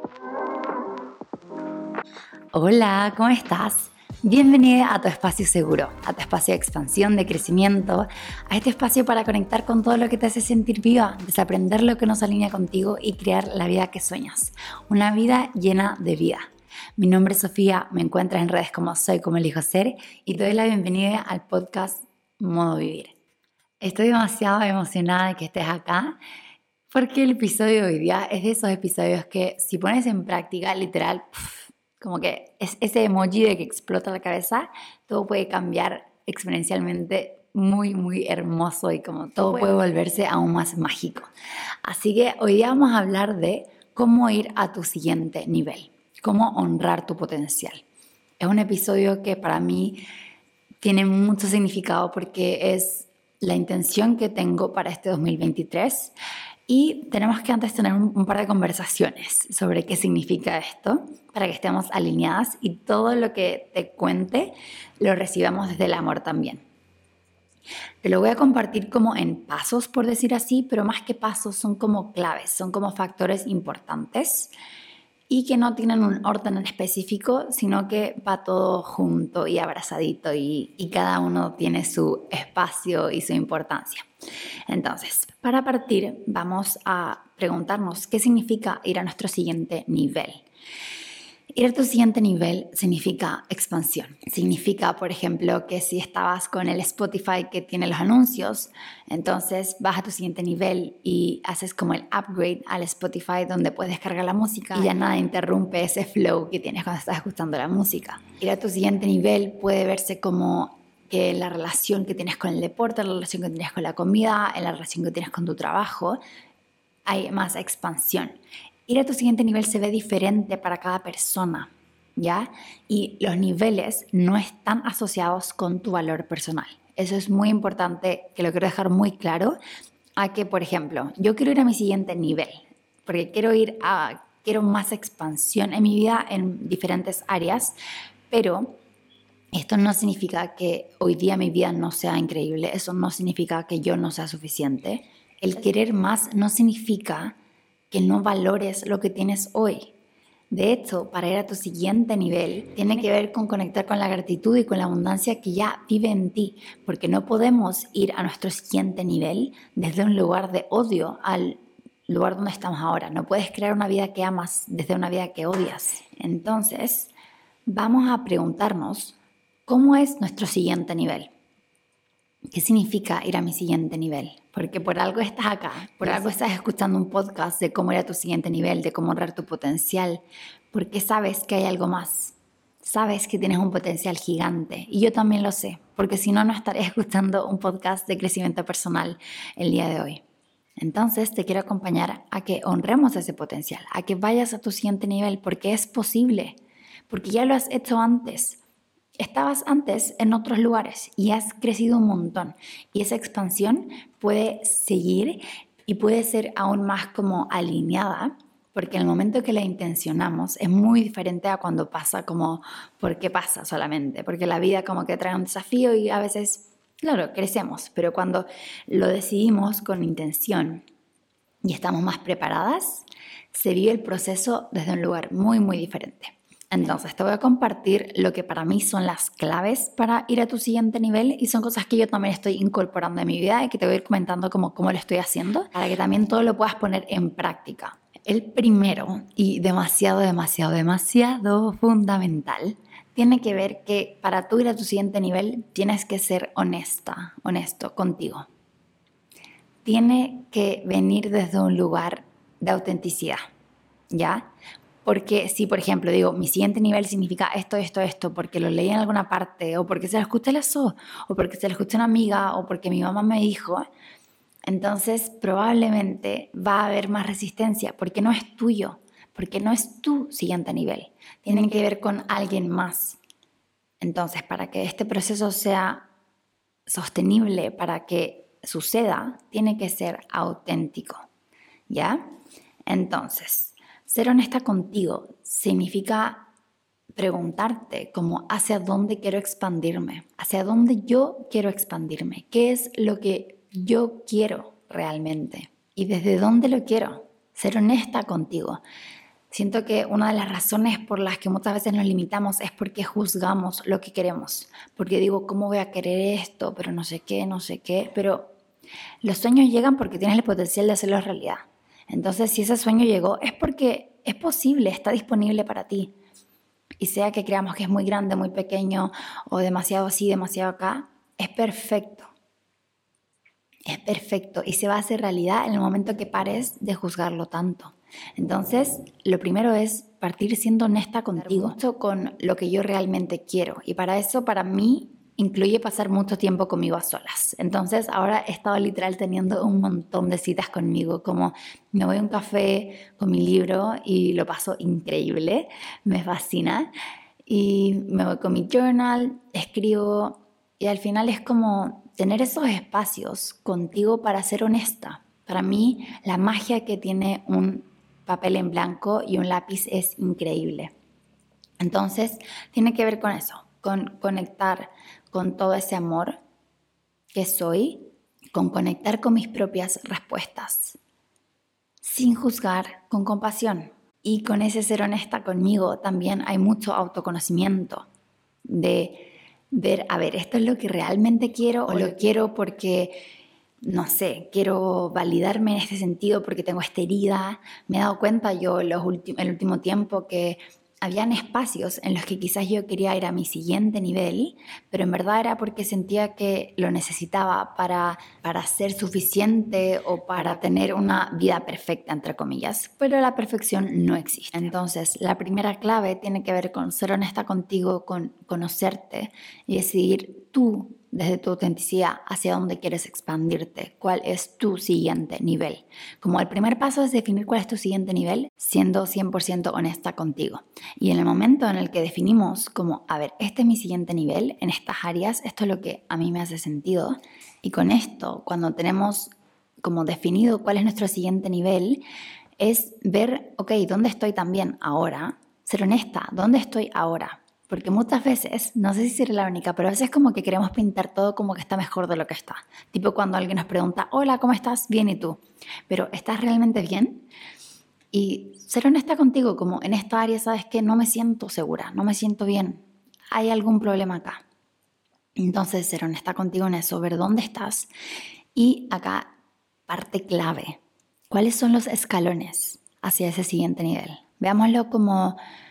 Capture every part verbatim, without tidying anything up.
Hola, ¿cómo estás? Bienvenida a tu espacio seguro, a tu espacio de expansión, de crecimiento, a este espacio para conectar con todo lo que te hace sentir viva, desaprender lo que no se alinea contigo y crear la vida que sueñas. Una vida llena de vida. Mi nombre es Sofía, me encuentras en redes como Soy Como Elijo Ser y te doy la bienvenida al podcast Modo Vivir. Estoy demasiado emocionada de que estés acá porque el episodio de hoy día es de esos episodios que si pones en práctica, literal, pff, como que es ese emoji de que explota la cabeza, todo puede cambiar exponencialmente, muy, muy hermoso y como todo puede volverse aún más mágico. Así que hoy día vamos a hablar de cómo ir a tu siguiente nivel, cómo honrar tu potencial. Es un episodio que para mí tiene mucho significado porque es la intención que tengo para este dos mil veintitrés. Y tenemos que antes tener un, un par de conversaciones sobre qué significa esto para que estemos alineadas y todo lo que te cuente lo recibamos desde el amor también. Te lo voy a compartir como en pasos, por decir así, pero más que pasos son como claves, son como factores importantes y que no tienen un orden en específico, sino que va todo junto y abrazadito y, y cada uno tiene su espacio y su importancia. Entonces, para partir, vamos a preguntarnos qué significa ir a nuestro siguiente nivel. Ir a tu siguiente nivel significa expansión. Significa, por ejemplo, que si estabas con el Spotify que tiene los anuncios, entonces vas a tu siguiente nivel y haces como el upgrade al Spotify donde puedes descargar la música y ya nada interrumpe ese flow que tienes cuando estás escuchando la música. Ir a tu siguiente nivel puede verse como que la relación que tienes con el deporte, la relación que tienes con la comida, la relación que tienes con tu trabajo, hay más expansión. Ir a tu siguiente nivel se ve diferente para cada persona, ¿ya? Y los niveles no están asociados con tu valor personal. Eso es muy importante, que lo quiero dejar muy claro, a que, por ejemplo, yo quiero ir a mi siguiente nivel, porque quiero ir a, quiero más expansión en mi vida en diferentes áreas, pero esto no significa que hoy día mi vida no sea increíble, eso no significa que yo no sea suficiente. El querer más no significa que no valores lo que tienes hoy. De hecho, para ir a tu siguiente nivel, tiene que ver con conectar con la gratitud y con la abundancia que ya vive en ti, porque no podemos ir a nuestro siguiente nivel desde un lugar de odio al lugar donde estamos ahora. No puedes crear una vida que amas desde una vida que odias. Entonces, vamos a preguntarnos, ¿cómo es nuestro siguiente nivel? ¿Qué significa ir a mi siguiente nivel? Porque por algo estás acá, por algo estás escuchando un podcast de cómo ir a tu siguiente nivel, de cómo honrar tu potencial, porque sabes que hay algo más. Sabes que tienes un potencial gigante y yo también lo sé, porque si no, no estaría escuchando un podcast de crecimiento personal el día de hoy. Entonces te quiero acompañar a que honremos ese potencial, a que vayas a tu siguiente nivel, porque es posible, porque ya lo has hecho antes. Estabas antes en otros lugares y has crecido un montón y esa expansión puede seguir y puede ser aún más como alineada, porque en el momento que la intencionamos es muy diferente a cuando pasa como porque pasa solamente, porque la vida como que trae un desafío y a veces, claro, crecemos, pero cuando lo decidimos con intención y estamos más preparadas, se vive el proceso desde un lugar muy, muy diferente. Entonces te voy a compartir lo que para mí son las claves para ir a tu siguiente nivel y son cosas que yo también estoy incorporando en mi vida y que te voy a ir comentando cómo, cómo lo estoy haciendo para que también todo lo puedas poner en práctica. El primero y demasiado, demasiado, demasiado fundamental tiene que ver que para tú ir a tu siguiente nivel tienes que ser honesta, honesto contigo. Tiene que venir desde un lugar de autenticidad, ¿ya? Porque si, por ejemplo, digo, mi siguiente nivel significa esto, esto, esto, porque lo leí en alguna parte, o porque se lo escuché la So, o porque se lo escuché a una amiga, o porque mi mamá me dijo, entonces probablemente va a haber más resistencia, porque no es tuyo, porque no es tu siguiente nivel. Tienen que ver con alguien más. Entonces, para que este proceso sea sostenible, para que suceda, tiene que ser auténtico, ¿ya? Entonces, ser honesta contigo significa preguntarte como hacia dónde quiero expandirme, hacia dónde yo quiero expandirme, qué es lo que yo quiero realmente y desde dónde lo quiero. Ser honesta contigo. Siento que una de las razones por las que muchas veces nos limitamos es porque juzgamos lo que queremos. Porque digo, ¿cómo voy a querer esto? Pero no sé qué, no sé qué. Pero los sueños llegan porque tienes el potencial de hacerlos realidad. Entonces, si ese sueño llegó, es porque es posible, está disponible para ti. Y sea que creamos que es muy grande, muy pequeño, o demasiado así, demasiado acá, es perfecto. Es perfecto y se va a hacer realidad en el momento que pares de juzgarlo tanto. Entonces, lo primero es partir siendo honesta contigo, mucho con lo que yo realmente quiero. Y para eso, para mí, incluye pasar mucho tiempo conmigo a solas. Entonces, ahora he estado literal teniendo un montón de citas conmigo, como me voy a un café con mi libro y lo paso increíble, me fascina. Y me voy con mi journal, escribo y al final es como tener esos espacios contigo para ser honesta. Para mí, la magia que tiene un papel en blanco y un lápiz es increíble. Entonces, tiene que ver con eso, con conectar con todo ese amor que soy, con conectar con mis propias respuestas, sin juzgar, con compasión. Y con ese ser honesta conmigo también hay mucho autoconocimiento de ver, a ver, esto es lo que realmente quiero o lo quiero porque, no sé, quiero validarme en este sentido porque tengo esta herida. Me he dado cuenta yo los ulti- el último tiempo que habían espacios en los que quizás yo quería ir a mi siguiente nivel, pero en verdad era porque sentía que lo necesitaba para, para ser suficiente o para tener una vida perfecta, entre comillas. Pero la perfección no existe. Entonces, la primera clave tiene que ver con ser honesta contigo, con conocerte y decidir tú, desde tu autenticidad, hacia dónde quieres expandirte, cuál es tu siguiente nivel. Como el primer paso es definir cuál es tu siguiente nivel, siendo cien por ciento honesta contigo. Y en el momento en el que definimos como, a ver, este es mi siguiente nivel, en estas áreas, esto es lo que a mí me hace sentido, y con esto, cuando tenemos como definido cuál es nuestro siguiente nivel, es ver, ok, ¿dónde estoy también ahora? Ser honesta, ¿dónde estoy ahora? Porque muchas veces, no sé si seré la única, pero a veces como que queremos pintar todo como que está mejor de lo que está. Tipo cuando alguien nos pregunta, hola, ¿cómo estás? Bien, ¿y tú? Pero ¿estás realmente bien? Y ser honesta contigo, como en esta área, ¿sabes qué? No me siento segura, no me siento bien. Hay algún problema acá. Entonces, ser honesta contigo en eso, ver dónde estás. Y acá, parte clave. ¿Cuáles son los escalones hacia ese siguiente nivel? Veámoslo como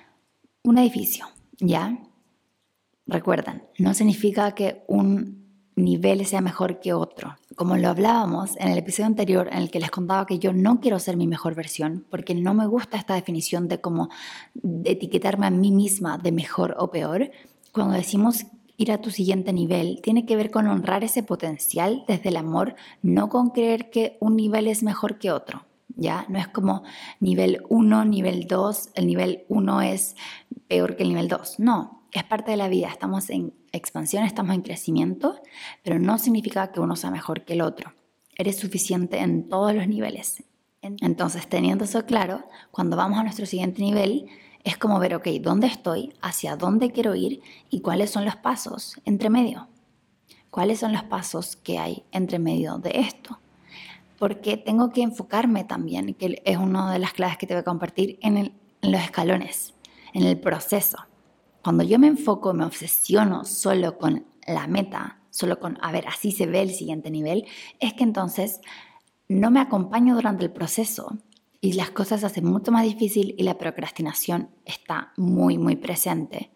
un edificio. ¿Ya? Recuerdan, no significa que un nivel sea mejor que otro. Como lo hablábamos en el episodio anterior en el que les contaba que yo no quiero ser mi mejor versión porque no me gusta esta definición de cómo de etiquetarme a mí misma de mejor o peor. Cuando decimos ir a tu siguiente nivel, tiene que ver con honrar ese potencial desde el amor, no con creer que un nivel es mejor que otro. ¿Ya? No es como nivel uno, nivel dos, el nivel uno es peor que el nivel dos. No, es parte de la vida. Estamos en expansión, estamos en crecimiento, pero no significa que uno sea mejor que el otro. Eres suficiente en todos los niveles. Entonces, teniendo eso claro, cuando vamos a nuestro siguiente nivel, es como ver, ok, ¿dónde estoy? ¿Hacia dónde quiero ir? ¿Y cuáles son los pasos entre medio? ¿Cuáles son los pasos que hay entre medio de esto? Porque tengo que enfocarme también, que es una de las claves que te voy a compartir, en, el, en los escalones, en el proceso. Cuando yo me enfoco, me obsesiono solo con la meta, solo con, a ver, así se ve el siguiente nivel, es que entonces no me acompaño durante el proceso y las cosas se hacen mucho más difícil y la procrastinación está muy, muy presente.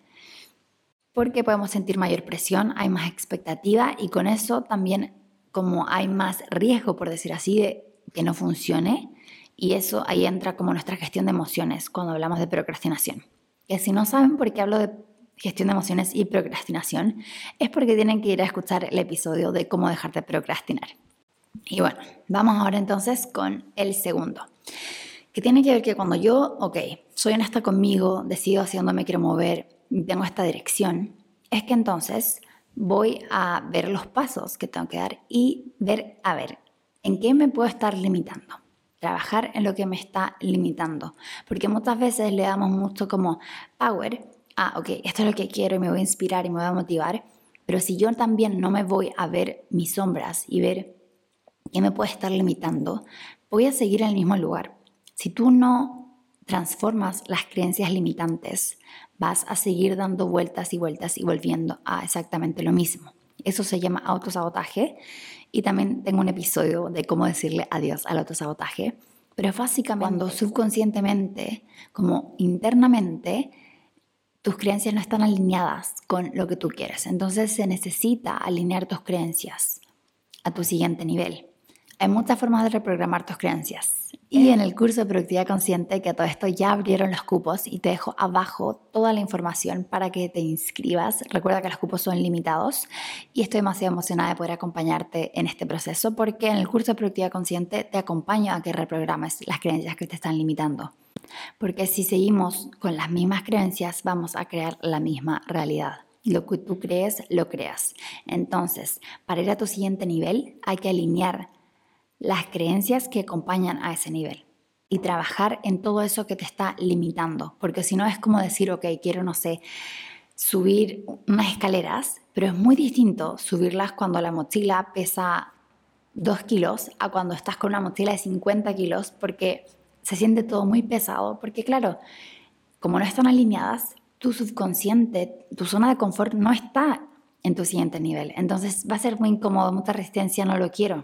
Porque podemos sentir mayor presión, hay más expectativa y con eso también como hay más riesgo, por decir así, de que no funcione. Y eso ahí entra como nuestra gestión de emociones cuando hablamos de procrastinación. Que si no saben por qué hablo de gestión de emociones y procrastinación, es porque tienen que ir a escuchar el episodio de cómo dejar de procrastinar. Y bueno, vamos ahora entonces con el segundo, que tiene que ver que cuando yo, ok, soy honesta conmigo, decido hacia dónde me quiero mover, tengo esta dirección, es que entonces voy a ver los pasos que tengo que dar y ver, a ver, ¿en qué me puedo estar limitando? Trabajar en lo que me está limitando. Porque muchas veces le damos mucho como power a, ok, esto es lo que quiero y me voy a inspirar y me voy a motivar. Pero si yo también no me voy a ver mis sombras y ver qué me puede estar limitando, voy a seguir en el mismo lugar. Si tú no transformas las creencias limitantes, vas a seguir dando vueltas y vueltas y volviendo a exactamente lo mismo. Eso se llama autosabotaje y también tengo un episodio de cómo decirle adiós al autosabotaje. Pero básicamente cuando subconscientemente, como internamente, tus creencias no están alineadas con lo que tú quieres. Entonces se necesita alinear tus creencias a tu siguiente nivel. Hay muchas formas de reprogramar tus creencias. Y en el curso de Productividad Consciente, que a todo esto ya abrieron los cupos y te dejo abajo toda la información para que te inscribas. Recuerda que los cupos son limitados y estoy demasiado emocionada de poder acompañarte en este proceso porque en el curso de Productividad Consciente te acompaño a que reprogrames las creencias que te están limitando. Porque si seguimos con las mismas creencias, vamos a crear la misma realidad. Lo que tú crees, lo creas. Entonces, para ir a tu siguiente nivel, hay que alinear las creencias que acompañan a ese nivel y trabajar en todo eso que te está limitando. Porque si no es como decir, ok, quiero, no sé, subir unas escaleras, pero es muy distinto subirlas cuando la mochila pesa dos kilos a cuando estás con una mochila de cincuenta kilos porque se siente todo muy pesado. Porque claro, como no están alineadas, tu subconsciente, tu zona de confort no está en tu siguiente nivel. Entonces va a ser muy incómodo, mucha resistencia, no lo quiero.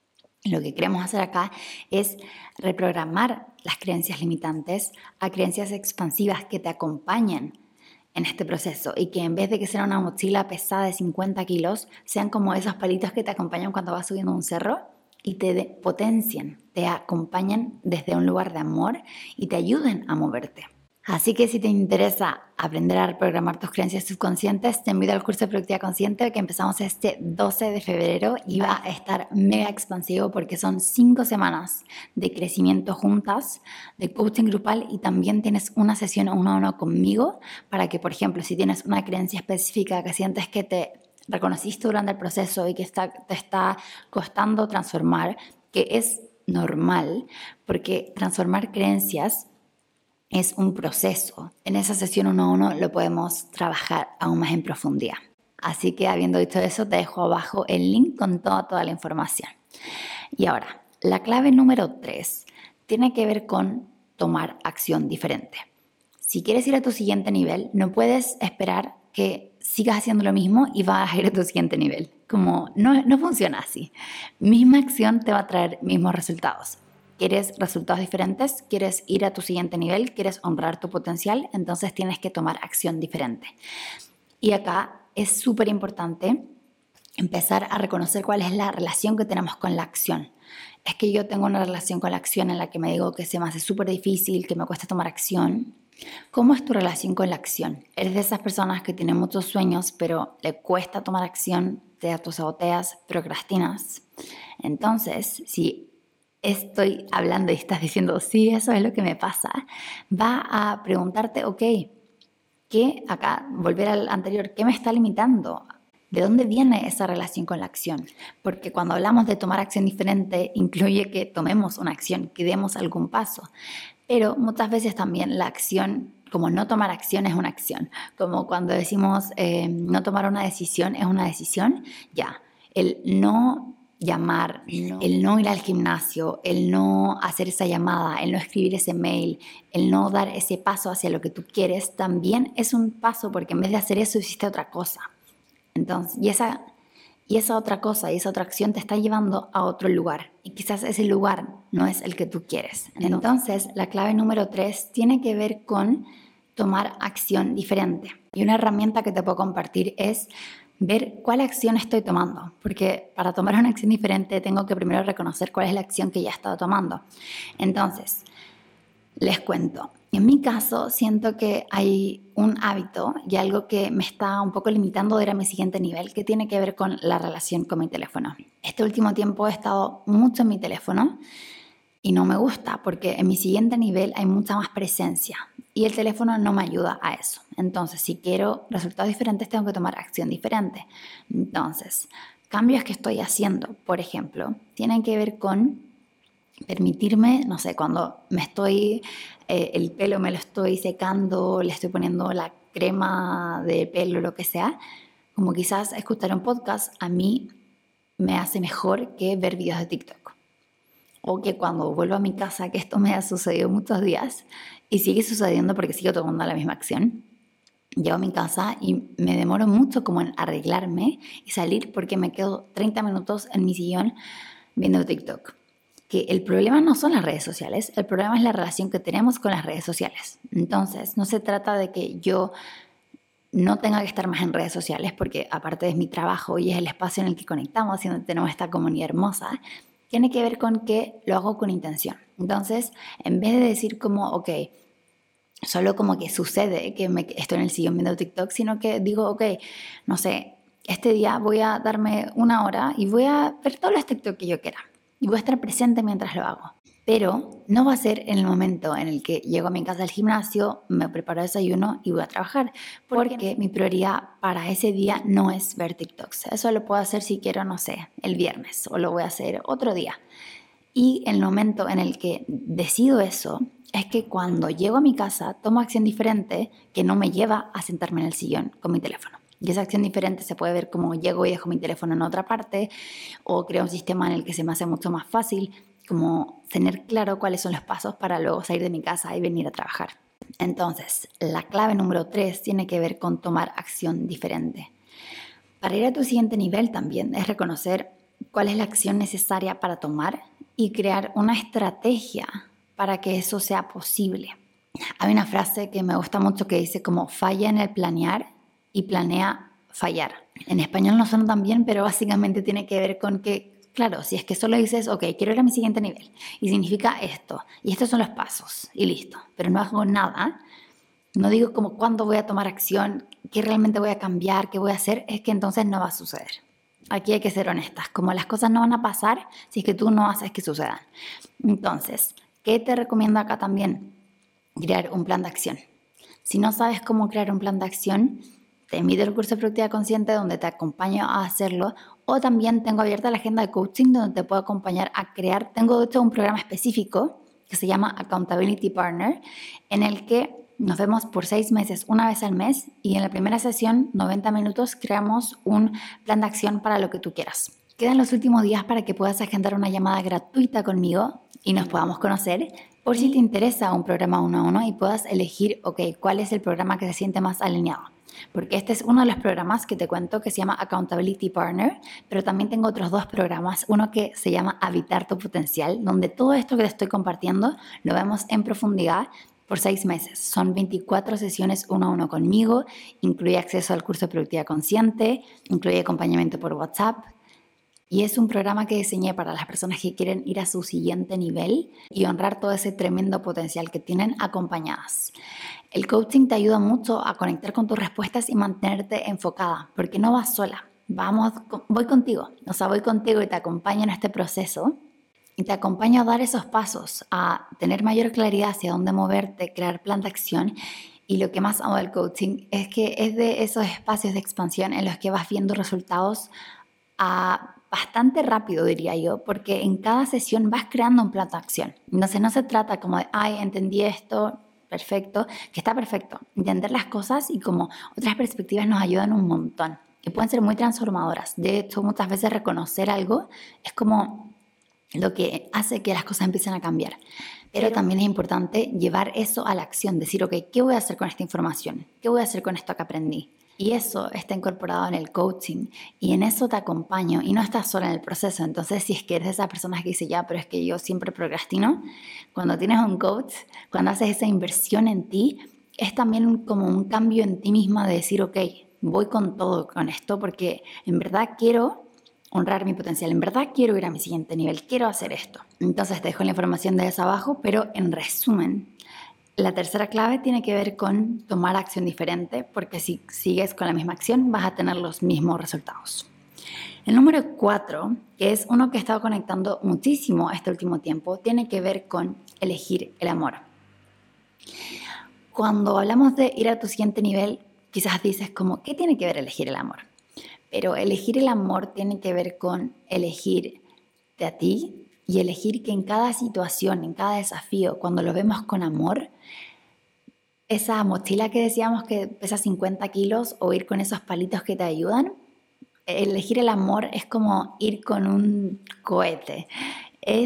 Lo que queremos hacer acá es reprogramar las creencias limitantes a creencias expansivas que te acompañen en este proceso y que en vez de que sea una mochila pesada de cincuenta kilos, sean como esos palitos que te acompañan cuando vas subiendo un cerro y te de- potencien, te acompañen desde un lugar de amor y te ayuden a moverte. Así que si te interesa aprender a reprogramar tus creencias subconscientes, te invito al curso de Productividad Consciente que empezamos este doce de febrero y va a estar mega expansivo porque son cinco semanas de crecimiento juntas, de coaching grupal y también tienes una sesión uno a uno conmigo para que, por ejemplo, si tienes una creencia específica que sientes que te reconociste durante el proceso y que está, te está costando transformar, que es normal porque transformar creencias es un proceso. En esa sesión uno a uno lo podemos trabajar aún más en profundidad. Así que habiendo dicho eso, te dejo abajo el link con toda, toda la información. Y ahora, la clave número tres tiene que ver con tomar acción diferente. Si quieres ir a tu siguiente nivel, no puedes esperar que sigas haciendo lo mismo y vas a ir a tu siguiente nivel. Como no, no funciona así. Misma acción te va a traer mismos resultados. ¿Quieres resultados diferentes? ¿Quieres ir a tu siguiente nivel? ¿Quieres honrar tu potencial? Entonces tienes que tomar acción diferente. Y acá es súper importante empezar a reconocer cuál es la relación que tenemos con la acción. Es que yo tengo una relación con la acción en la que me digo que se me hace súper difícil, que me cuesta tomar acción. ¿Cómo es tu relación con la acción? ¿Eres de esas personas que tienen muchos sueños, pero le cuesta tomar acción, te autosaboteas, procrastinas? Entonces, si estoy hablando y estás diciendo, sí, eso es lo que me pasa, va a preguntarte, ok, ¿qué acá, volver al anterior, qué me está limitando? ¿De dónde viene esa relación con la acción? Porque cuando hablamos de tomar acción diferente, incluye que tomemos una acción, que demos algún paso. Pero muchas veces también la acción, como no tomar acción es una acción. Como cuando decimos eh, no tomar una decisión es una decisión, ya. El no llamar, no. el no ir al gimnasio, el no hacer esa llamada, el no escribir ese mail, el no dar ese paso hacia lo que tú quieres, también es un paso porque en vez de hacer eso hiciste otra cosa. Entonces, y esa, y esa otra cosa y esa otra acción te está llevando a otro lugar y quizás ese lugar no es el que tú quieres. Entonces, la clave número tres tiene que ver con tomar acción diferente. Y una herramienta que te puedo compartir es ver cuál acción estoy tomando, porque para tomar una acción diferente tengo que primero reconocer cuál es la acción que ya he estado tomando. Entonces, les cuento. En mi caso, siento que hay un hábito y algo que me está un poco limitando de ir a mi siguiente nivel, que tiene que ver con la relación con mi teléfono. Este último tiempo he estado mucho en mi teléfono y no me gusta porque en mi siguiente nivel hay mucha más presencia y el teléfono no me ayuda a eso. Entonces, si quiero resultados diferentes, tengo que tomar acción diferente. Entonces, cambios que estoy haciendo, por ejemplo, tienen que ver con permitirme, no sé, cuando me estoy, eh, el pelo me lo estoy secando, le estoy poniendo la crema de pelo, lo que sea, como quizás escuchar un podcast a mí me hace mejor que ver videos de TikTok. O que cuando vuelvo a mi casa, que esto me ha sucedido muchos días y sigue sucediendo porque sigo tomando la misma acción. Llego a mi casa y me demoro mucho como en arreglarme y salir porque me quedo treinta minutos en mi sillón viendo TikTok. Que el problema no son las redes sociales, el problema es la relación que tenemos con las redes sociales. Entonces, no se trata de que yo no tenga que estar más en redes sociales, porque aparte es mi trabajo y es el espacio en el que conectamos y donde tenemos esta comunidad hermosa, tiene que ver con que lo hago con intención. Entonces, en vez de decir como, ok, solo como que sucede que me estoy en el sillón viendo TikTok, sino que digo, ok, no sé, este día voy a darme una hora y voy a ver todos los TikTok que yo quiera. Y voy a estar presente mientras lo hago. Pero no va a ser en el momento en el que llego a mi casa al gimnasio, me preparo desayuno y voy a trabajar. Porque mi prioridad para ese día no es ver TikToks. Eso lo puedo hacer si quiero, no sé, el viernes o lo voy a hacer otro día. Y el momento en el que decido eso es que cuando llego a mi casa tomo acción diferente que no me lleva a sentarme en el sillón con mi teléfono. Y esa acción diferente se puede ver como llego y dejo mi teléfono en otra parte o creo un sistema en el que se me hace mucho más fácil como tener claro cuáles son los pasos para luego salir de mi casa y venir a trabajar. Entonces, la clave número tres tiene que ver con tomar acción diferente. Para ir a tu siguiente nivel también es reconocer cuál es la acción necesaria para tomar y crear una estrategia para que eso sea posible. Hay una frase que me gusta mucho que dice como falla en el planear y planea fallar. En español no suena tan bien, pero básicamente tiene que ver con que, claro, si es que solo dices, ok, quiero ir a mi siguiente nivel y significa esto y estos son los pasos y listo, pero no hago nada, no digo como cuándo voy a tomar acción, qué realmente voy a cambiar, qué voy a hacer, es que entonces no va a suceder. Aquí hay que ser honestas, como las cosas no van a pasar si es que tú no haces que sucedan. Entonces, ¿qué te recomiendo acá también? Crear un plan de acción. Si no sabes cómo crear un plan de acción, te invito al curso de Productividad Consciente donde te acompaño a hacerlo, o también tengo abierta la agenda de coaching donde te puedo acompañar a crear, tengo de hecho un programa específico que se llama Accountability Partner, en el que nos vemos por seis meses, una vez al mes, y en la primera sesión, noventa minutos, creamos un plan de acción para lo que tú quieras. Quedan los últimos días para que puedas agendar una llamada gratuita conmigo y nos podamos conocer por si te interesa un programa uno a uno y puedas elegir, ok, cuál es el programa que se siente más alineado. Porque este es uno de los programas que te cuento que se llama Accountability Partner, pero también tengo otros dos programas, uno que se llama Habitar tu Potencial, donde todo esto que te estoy compartiendo lo vemos en profundidad por seis meses. Son veinticuatro sesiones uno a uno conmigo, incluye acceso al curso de Productividad Consciente, incluye acompañamiento por WhatsApp, y es un programa que diseñé para las personas que quieren ir a su siguiente nivel y honrar todo ese tremendo potencial que tienen acompañadas. El coaching te ayuda mucho a conectar con tus respuestas y mantenerte enfocada, porque no vas sola. Vamos, voy contigo, o sea, voy contigo y te acompaño en este proceso y te acompaño a dar esos pasos, a tener mayor claridad hacia dónde moverte, crear plan de acción. Y lo que más amo del coaching es que es de esos espacios de expansión en los que vas viendo resultados a bastante rápido, diría yo, porque en cada sesión vas creando un plan de acción. Entonces no se trata como de, ay, entendí esto, perfecto, que está perfecto. Entender las cosas y como otras perspectivas nos ayudan un montón y pueden ser muy transformadoras. De hecho, muchas veces reconocer algo es como lo que hace que las cosas empiecen a cambiar. Pero también es importante llevar eso a la acción, decir, ok, ¿qué voy a hacer con esta información? ¿Qué voy a hacer con esto que aprendí? Y eso está incorporado en el coaching y en eso te acompaño y no estás sola en el proceso. Entonces, si es que eres de esas personas que dice, ya, pero es que yo siempre procrastino, cuando tienes un coach, cuando haces esa inversión en ti, es también como un cambio en ti misma de decir, ok, voy con todo con esto porque en verdad quiero honrar mi potencial, en verdad quiero ir a mi siguiente nivel, quiero hacer esto. Entonces te dejo la información de eso abajo, pero en resumen, la tercera clave tiene que ver con tomar acción diferente, porque si sigues con la misma acción vas a tener los mismos resultados. El número cuatro, que es uno que he estado conectando muchísimo este último tiempo, tiene que ver con elegir el amor. Cuando hablamos de ir a tu siguiente nivel, quizás dices como, ¿qué tiene que ver elegir el amor? Pero elegir el amor tiene que ver con elegirte a ti, y elegir que en cada situación, en cada desafío, cuando lo vemos con amor, esa mochila que decíamos que pesa cincuenta kilos o ir con esos palitos que te ayudan, elegir el amor es como ir con un cohete. Es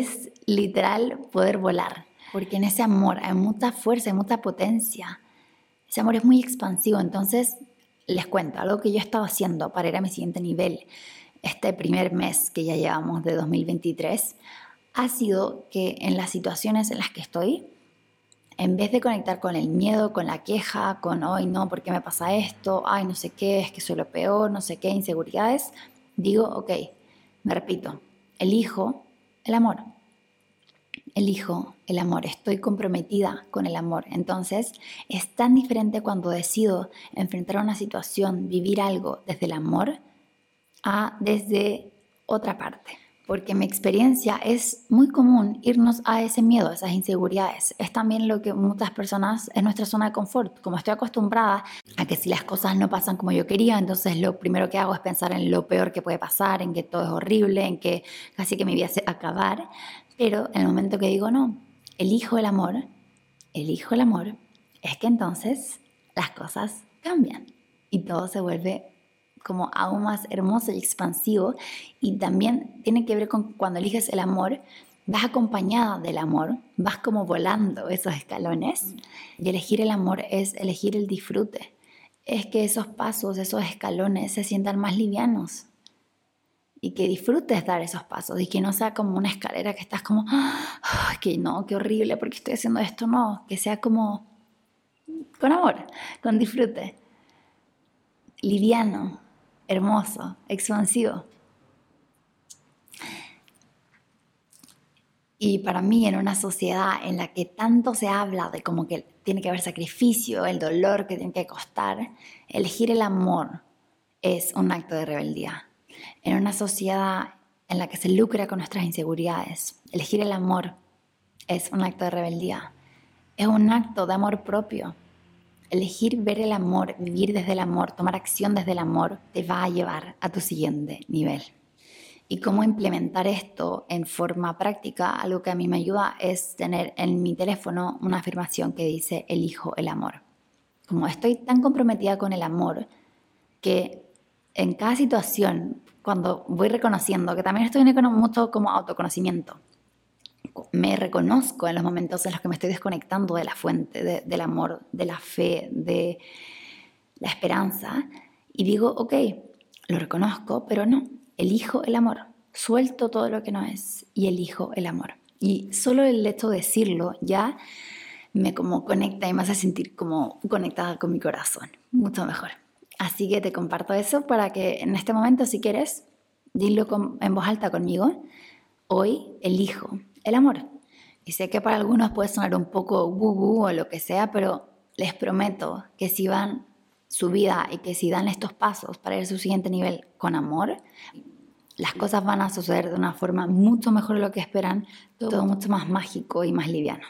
literal poder volar, porque en ese amor hay mucha fuerza, hay mucha potencia. Ese amor es muy expansivo. Entonces, les cuento, algo que yo estaba haciendo para ir a mi siguiente nivel este primer mes que ya llevamos de dos mil veintitrés ha sido que en las situaciones en las que estoy, en vez de conectar con el miedo, con la queja, con hoy no, ¿por qué me pasa esto? Ay, no sé qué, es que soy lo peor, no sé qué, inseguridades, digo, ok, me repito, elijo el amor. Elijo el amor, estoy comprometida con el amor. Entonces, es tan diferente cuando decido enfrentar una situación, vivir algo desde el amor, a desde otra parte. Porque mi experiencia es muy común irnos a ese miedo, a esas inseguridades. Es también lo que muchas personas es nuestra zona de confort. Como estoy acostumbrada a que si las cosas no pasan como yo quería, entonces lo primero que hago es pensar en lo peor que puede pasar, en que todo es horrible, en que casi que mi vida se va a acabar. Pero en el momento que digo no, elijo el amor, elijo el amor, es que entonces las cosas cambian y todo se vuelve como aún más hermoso y expansivo. Y también tiene que ver con cuando eliges el amor, vas acompañada del amor, vas como volando esos escalones. Y elegir el amor es elegir el disfrute. Es que esos pasos, esos escalones se sientan más livianos. Y que disfrutes dar esos pasos y que no sea como una escalera que estás como, oh, que no, qué horrible, porque estoy haciendo esto. No, que sea como con amor, con disfrute, liviano, hermoso, expansivo. Y para mí, en una sociedad en la que tanto se habla de como que tiene que haber sacrificio, el dolor que tiene que costar, elegir el amor es un acto de rebeldía. En una sociedad en la que se lucra con nuestras inseguridades, elegir el amor es un acto de rebeldía. Es un acto de amor propio. Elegir ver el amor, vivir desde el amor, tomar acción desde el amor, te va a llevar a tu siguiente nivel. Y cómo implementar esto en forma práctica, algo que a mí me ayuda es tener en mi teléfono una afirmación que dice, elijo el amor. Como estoy tan comprometida con el amor que en cada situación, cuando voy reconociendo, que también estoy en mucho como autoconocimiento, me reconozco en los momentos en los que me estoy desconectando de la fuente, de, del amor, de la fe, de la esperanza, y digo, ok, lo reconozco, pero no, elijo el amor, suelto todo lo que no es y elijo el amor. Y solo el hecho de decirlo ya me como conecta y me hace sentir como conectada con mi corazón, mucho mejor. Así que te comparto eso para que en este momento, si quieres, dilo con, en voz alta conmigo. Hoy elijo el amor. Y sé que para algunos puede sonar un poco woo-woo o lo que sea, pero les prometo que si van su vida y que si dan estos pasos para ir a su siguiente nivel con amor, las cosas van a suceder de una forma mucho mejor de lo que esperan, todo mucho más mágico y más liviano.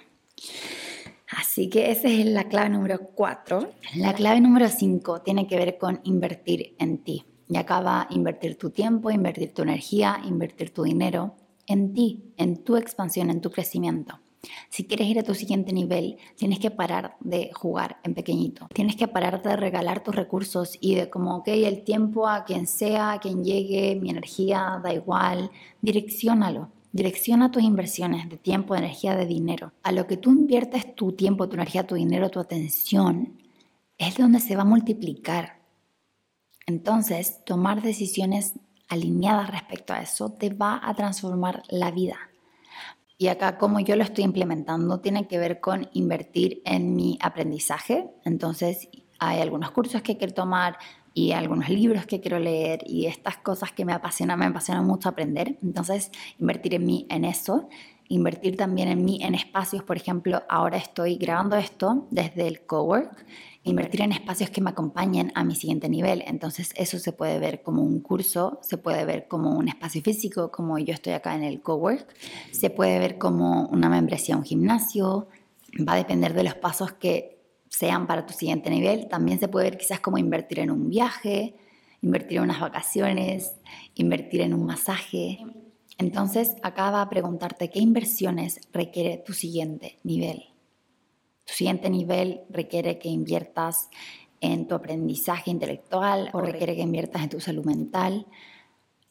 Así que esa es la clave número cuatro. La clave número cinco tiene que ver con invertir en ti. Y acá va a invertir tu tiempo, invertir tu energía, invertir tu dinero en ti, en tu expansión, en tu crecimiento. Si quieres ir a tu siguiente nivel, tienes que parar de jugar en pequeñito. Tienes que parar de regalar tus recursos y de como, ok, el tiempo a quien sea, a quien llegue, mi energía, da igual, direcciónalo. Direcciona tus inversiones de tiempo, de energía, de dinero. A lo que tú inviertes tu tiempo, tu energía, tu dinero, tu atención, es donde se va a multiplicar. Entonces, tomar decisiones alineadas respecto a eso te va a transformar la vida. Y acá, como yo lo estoy implementando, tiene que ver con invertir en mi aprendizaje. Entonces, hay algunos cursos que quiero tomar y algunos libros que quiero leer y estas cosas que me apasionan, me apasiona mucho aprender. Entonces, invertir en mí en eso. Invertir también en mí en espacios. Por ejemplo, ahora estoy grabando esto desde el cowork. Invertir en espacios que me acompañen a mi siguiente nivel. Entonces eso se puede ver como un curso, se puede ver como un espacio físico, como yo estoy acá en el cowork, se puede ver como una membresía a un gimnasio, va a depender de los pasos que sean para tu siguiente nivel. También se puede ver quizás como invertir en un viaje, invertir en unas vacaciones, invertir en un masaje. Entonces acá va a preguntarte qué inversiones requiere tu siguiente nivel. Tu siguiente nivel requiere que inviertas en tu aprendizaje intelectual o requiere que inviertas en tu salud mental.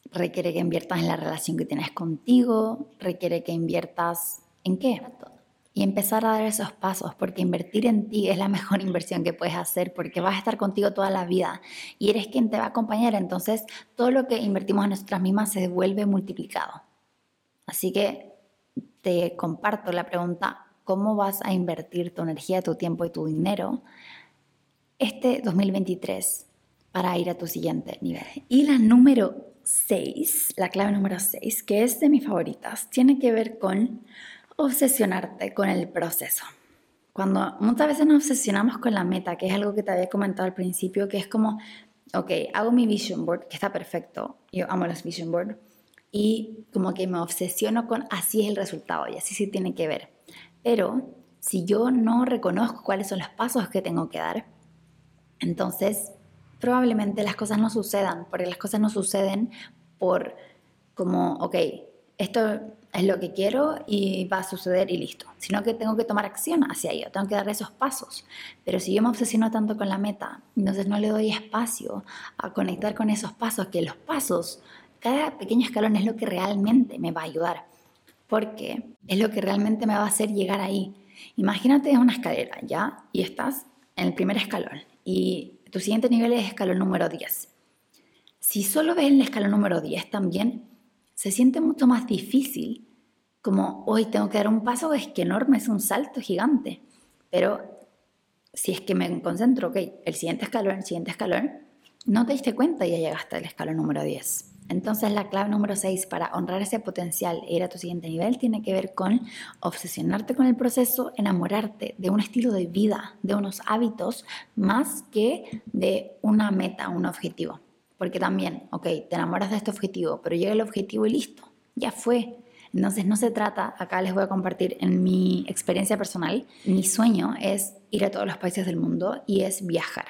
requiere que inviertas en la relación que tienes contigo, requiere que inviertas ¿en qué? Y empezar a dar esos pasos, porque invertir en ti es la mejor inversión que puedes hacer, porque vas a estar contigo toda la vida y eres quien te va a acompañar. Entonces, todo lo que invertimos en nosotras mismas se vuelve multiplicado. Así que te comparto la pregunta, ¿cómo vas a invertir tu energía, tu tiempo y tu dinero este dos mil veintitrés para ir a tu siguiente nivel? Y la número seis, la clave número seis, que es de mis favoritas, tiene que ver con obsesionarte con el proceso. Cuando muchas veces nos obsesionamos con la meta, que es algo que te había comentado al principio, que es como, ok, hago mi vision board, que está perfecto, yo amo los vision board, y como que me obsesiono con así es el resultado y así sí tiene que ver. Pero si yo no reconozco cuáles son los pasos que tengo que dar, entonces probablemente las cosas no sucedan, porque las cosas no suceden por como, ok, esto es lo que quiero y va a suceder y listo, sino que tengo que tomar acción hacia ello, tengo que dar esos pasos. Pero si yo me obsesiono tanto con la meta, entonces no le doy espacio a conectar con esos pasos, que los pasos, cada pequeño escalón es lo que realmente me va a ayudar, porque es lo que realmente me va a hacer llegar ahí. Imagínate una escalera, ¿ya? Y estás en el primer escalón y tu siguiente nivel es escalón número diez. Si solo ves el escalón número diez también, se siente mucho más difícil, como hoy tengo que dar un paso, es que enorme, es un salto gigante. Pero si es que me concentro, ok, el siguiente escalón, el siguiente escalón, no te diste cuenta y ya llegaste al escalón número diez. Entonces la clave número seis para honrar ese potencial e ir a tu siguiente nivel tiene que ver con obsesionarte con el proceso, enamorarte de un estilo de vida, de unos hábitos, más que de una meta, un objetivo. Porque también, ok, te enamoras de este objetivo, pero llega el objetivo y listo, ya fue. Entonces no se trata, acá les voy a compartir en mi experiencia personal, mi sueño es ir a todos los países del mundo y es viajar.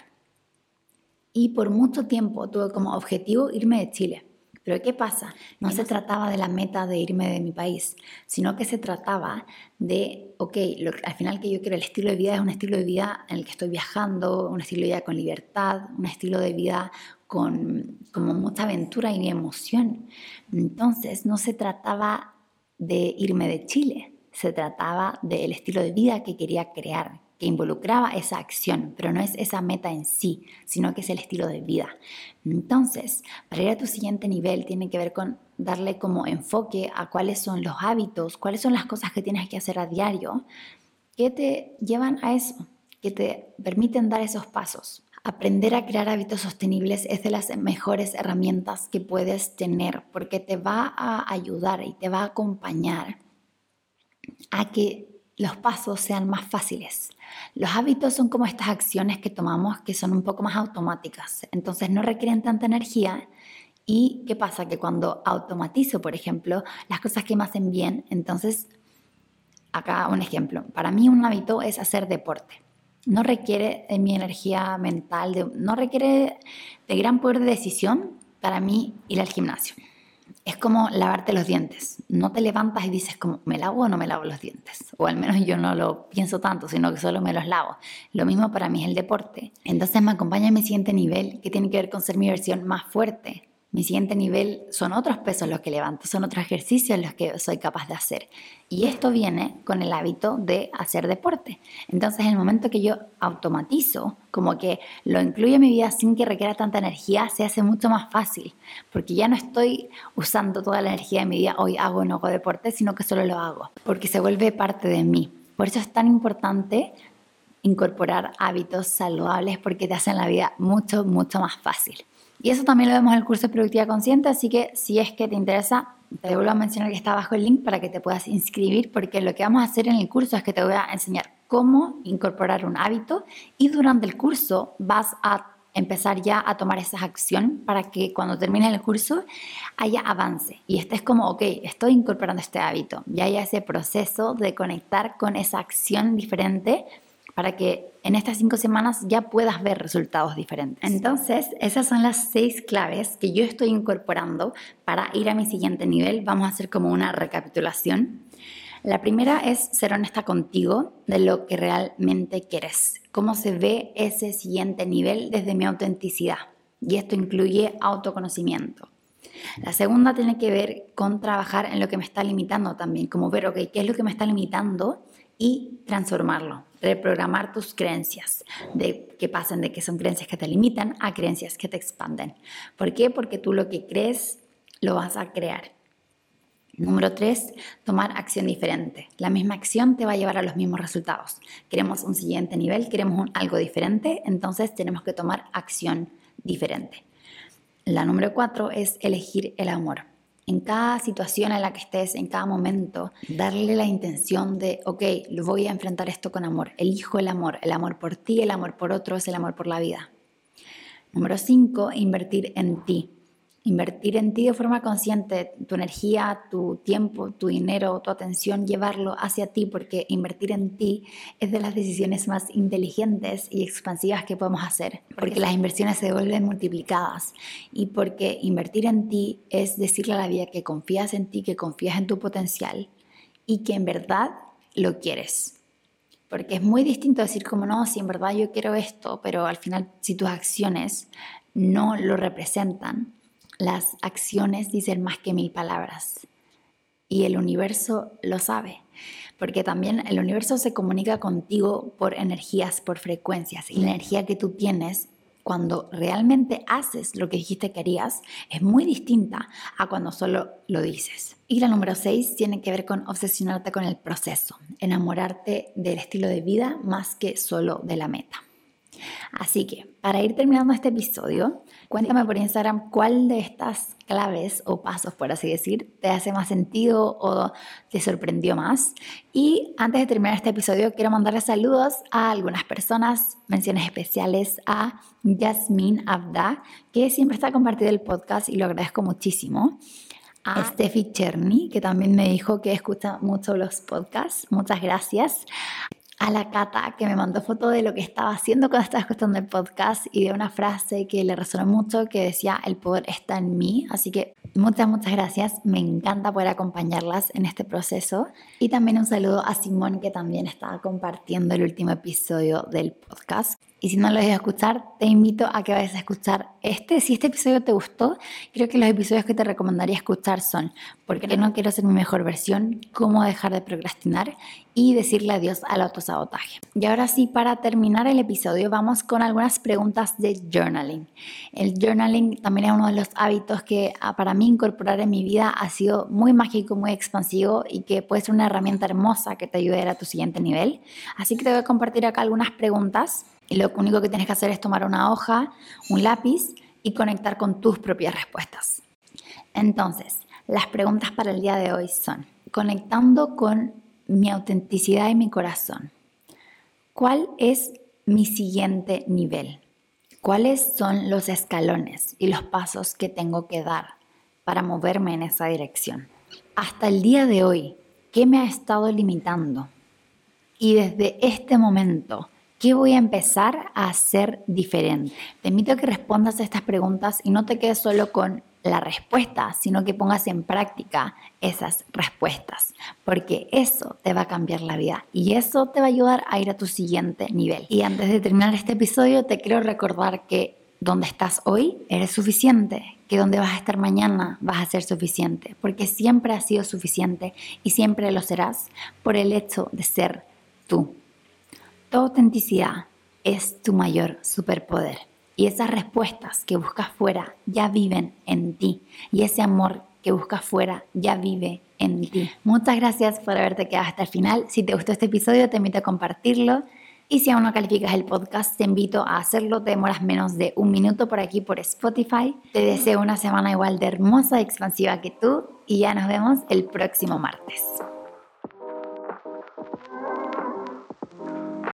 Y por mucho tiempo tuve como objetivo irme de Chile. Pero ¿qué pasa? No se trataba de la meta de irme de mi país, sino que se trataba de, ok, lo, al final que yo quiero, el estilo de vida es un estilo de vida en el que estoy viajando, un estilo de vida con libertad, un estilo de vida con como mucha aventura y emoción. Entonces no se trataba de irme de Chile, se trataba del estilo de vida que quería crear, que involucraba esa acción, pero no es esa meta en sí, sino que es el estilo de vida. Entonces, para ir a tu siguiente nivel tiene que ver con darle como enfoque a cuáles son los hábitos, cuáles son las cosas que tienes que hacer a diario que te llevan a eso, que te permiten dar esos pasos. Aprender a crear hábitos sostenibles es de las mejores herramientas que puedes tener porque te va a ayudar y te va a acompañar a que los pasos sean más fáciles. Los hábitos son como estas acciones que tomamos que son un poco más automáticas, entonces no requieren tanta energía. ¿Y qué pasa? Que cuando automatizo, por ejemplo, las cosas que me hacen bien, entonces, acá un ejemplo, para mí un hábito es hacer deporte. No requiere de mi energía mental, de, no requiere de gran poder de decisión para mí ir al gimnasio. Es como lavarte los dientes. No te levantas y dices como, ¿me lavo o no me lavo los dientes? O al menos yo no lo pienso tanto, sino que solo me los lavo. Lo mismo para mí es el deporte. Entonces me acompaña en mi siguiente nivel, que tiene que ver con ser mi versión más fuerte. Mi siguiente nivel son otros pesos los que levanto, son otros ejercicios los que soy capaz de hacer. Y esto viene con el hábito de hacer deporte. Entonces, en el momento que yo automatizo, como que lo incluyo en mi vida sin que requiera tanta energía, se hace mucho más fácil. Porque ya no estoy usando toda la energía de mi día, hoy hago o no hago deporte, sino que solo lo hago. Porque se vuelve parte de mí. Por eso es tan importante incorporar hábitos saludables porque te hacen la vida mucho, mucho más fácil. Y eso también lo vemos en el curso de Productividad Consciente, así que si es que te interesa, te vuelvo a mencionar que está abajo el link para que te puedas inscribir, porque lo que vamos a hacer en el curso es que te voy a enseñar cómo incorporar un hábito y durante el curso vas a empezar ya a tomar esa acción para que cuando termine el curso haya avance y estés como, ok, estoy incorporando este hábito, ya haya ese proceso de conectar con esa acción diferente para que en estas cinco semanas ya puedas ver resultados diferentes. Entonces, esas son las seis claves que yo estoy incorporando para ir a mi siguiente nivel. Vamos a hacer como una recapitulación. La primera es ser honesta contigo de lo que realmente quieres. Cómo se ve ese siguiente nivel desde mi autenticidad. Y esto incluye autoconocimiento. La segunda tiene que ver con trabajar en lo que me está limitando también, como ver, ok, ¿qué es lo que me está limitando? Y transformarlo, reprogramar tus creencias, de que pasen de que son creencias que te limitan a creencias que te expanden. ¿Por qué? Porque tú lo que crees lo vas a crear. Número tres, tomar acción diferente. La misma acción te va a llevar a los mismos resultados. Queremos un siguiente nivel, queremos un, algo diferente, entonces tenemos que tomar acción diferente. La número cuatro es elegir el amor. En cada situación en la que estés, en cada momento, darle la intención de, ok, voy a enfrentar esto con amor. Elijo el amor, el amor por ti, el amor por otros, el amor por la vida. Número cinco, invertir en ti. Invertir en ti de forma consciente, tu energía, tu tiempo, tu dinero, tu atención, llevarlo hacia ti, porque invertir en ti es de las decisiones más inteligentes y expansivas que podemos hacer, porque las inversiones se vuelven multiplicadas y porque invertir en ti es decirle a la vida que confías en ti, que confías en tu potencial y que en verdad lo quieres. Porque es muy distinto decir como no, si en verdad yo quiero esto, pero al final si tus acciones no lo representan, las acciones dicen más que mil palabras y el universo lo sabe, porque también el universo se comunica contigo por energías, por frecuencias, y la energía que tú tienes cuando realmente haces lo que dijiste que harías es muy distinta a cuando solo lo dices. Y la número seis tiene que ver con obsesionarte con el proceso, enamorarte del estilo de vida más que solo de la meta. Así que, para ir terminando este episodio, cuéntame por Instagram cuál de estas claves o pasos, por así decir, te hace más sentido o te sorprendió más. Y antes de terminar este episodio, quiero mandarle saludos a algunas personas, menciones especiales a Yasmin Abda, que siempre está compartiendo el podcast y lo agradezco muchísimo. A Steffi Cherny, que también me dijo que escucha mucho los podcasts. Muchas gracias. A la Cata, que me mandó foto de lo que estaba haciendo cuando estaba escuchando el podcast y de una frase que le resonó mucho que decía, el poder está en mí. Así que muchas, muchas gracias. Me encanta poder acompañarlas en este proceso. Y también un saludo a Simón, que también estaba compartiendo el último episodio del podcast. Y si no lo has ido a escuchar, te invito a que vayas a escuchar este. Si este episodio te gustó, creo que los episodios que te recomendaría escuchar son ¿por qué no quiero ser mi mejor versión? ¿Cómo dejar de procrastinar? Y decirle adiós al autosabotaje. Y ahora sí, para terminar el episodio, vamos con algunas preguntas de journaling. El journaling también es uno de los hábitos que para mí incorporar en mi vida ha sido muy mágico, muy expansivo y que puede ser una herramienta hermosa que te ayude a ir a tu siguiente nivel. Así que te voy a compartir acá algunas preguntas. Y lo único que tienes que hacer es tomar una hoja, un lápiz y conectar con tus propias respuestas. Entonces, las preguntas para el día de hoy son, conectando con mi autenticidad y mi corazón, ¿cuál es mi siguiente nivel? ¿Cuáles son los escalones y los pasos que tengo que dar para moverme en esa dirección? Hasta el día de hoy, ¿qué me ha estado limitando? Y desde este momento, ¿qué voy a empezar a hacer diferente? Te invito a que respondas a estas preguntas y no te quedes solo con la respuesta, sino que pongas en práctica esas respuestas, porque eso te va a cambiar la vida y eso te va a ayudar a ir a tu siguiente nivel. Y antes de terminar este episodio, te quiero recordar que donde estás hoy eres suficiente, que donde vas a estar mañana vas a ser suficiente, porque siempre has sido suficiente y siempre lo serás por el hecho de ser tú. Tu autenticidad es tu mayor superpoder y esas respuestas que buscas fuera ya viven en ti y ese amor que buscas fuera ya vive en ti. Muchas gracias por haberte quedado hasta el final. Si te gustó este episodio, te invito a compartirlo y si aún no calificas el podcast, te invito a hacerlo. Te demoras menos de un minuto por aquí por Spotify. Te deseo una semana igual de hermosa y expansiva que tú y ya nos vemos el próximo martes.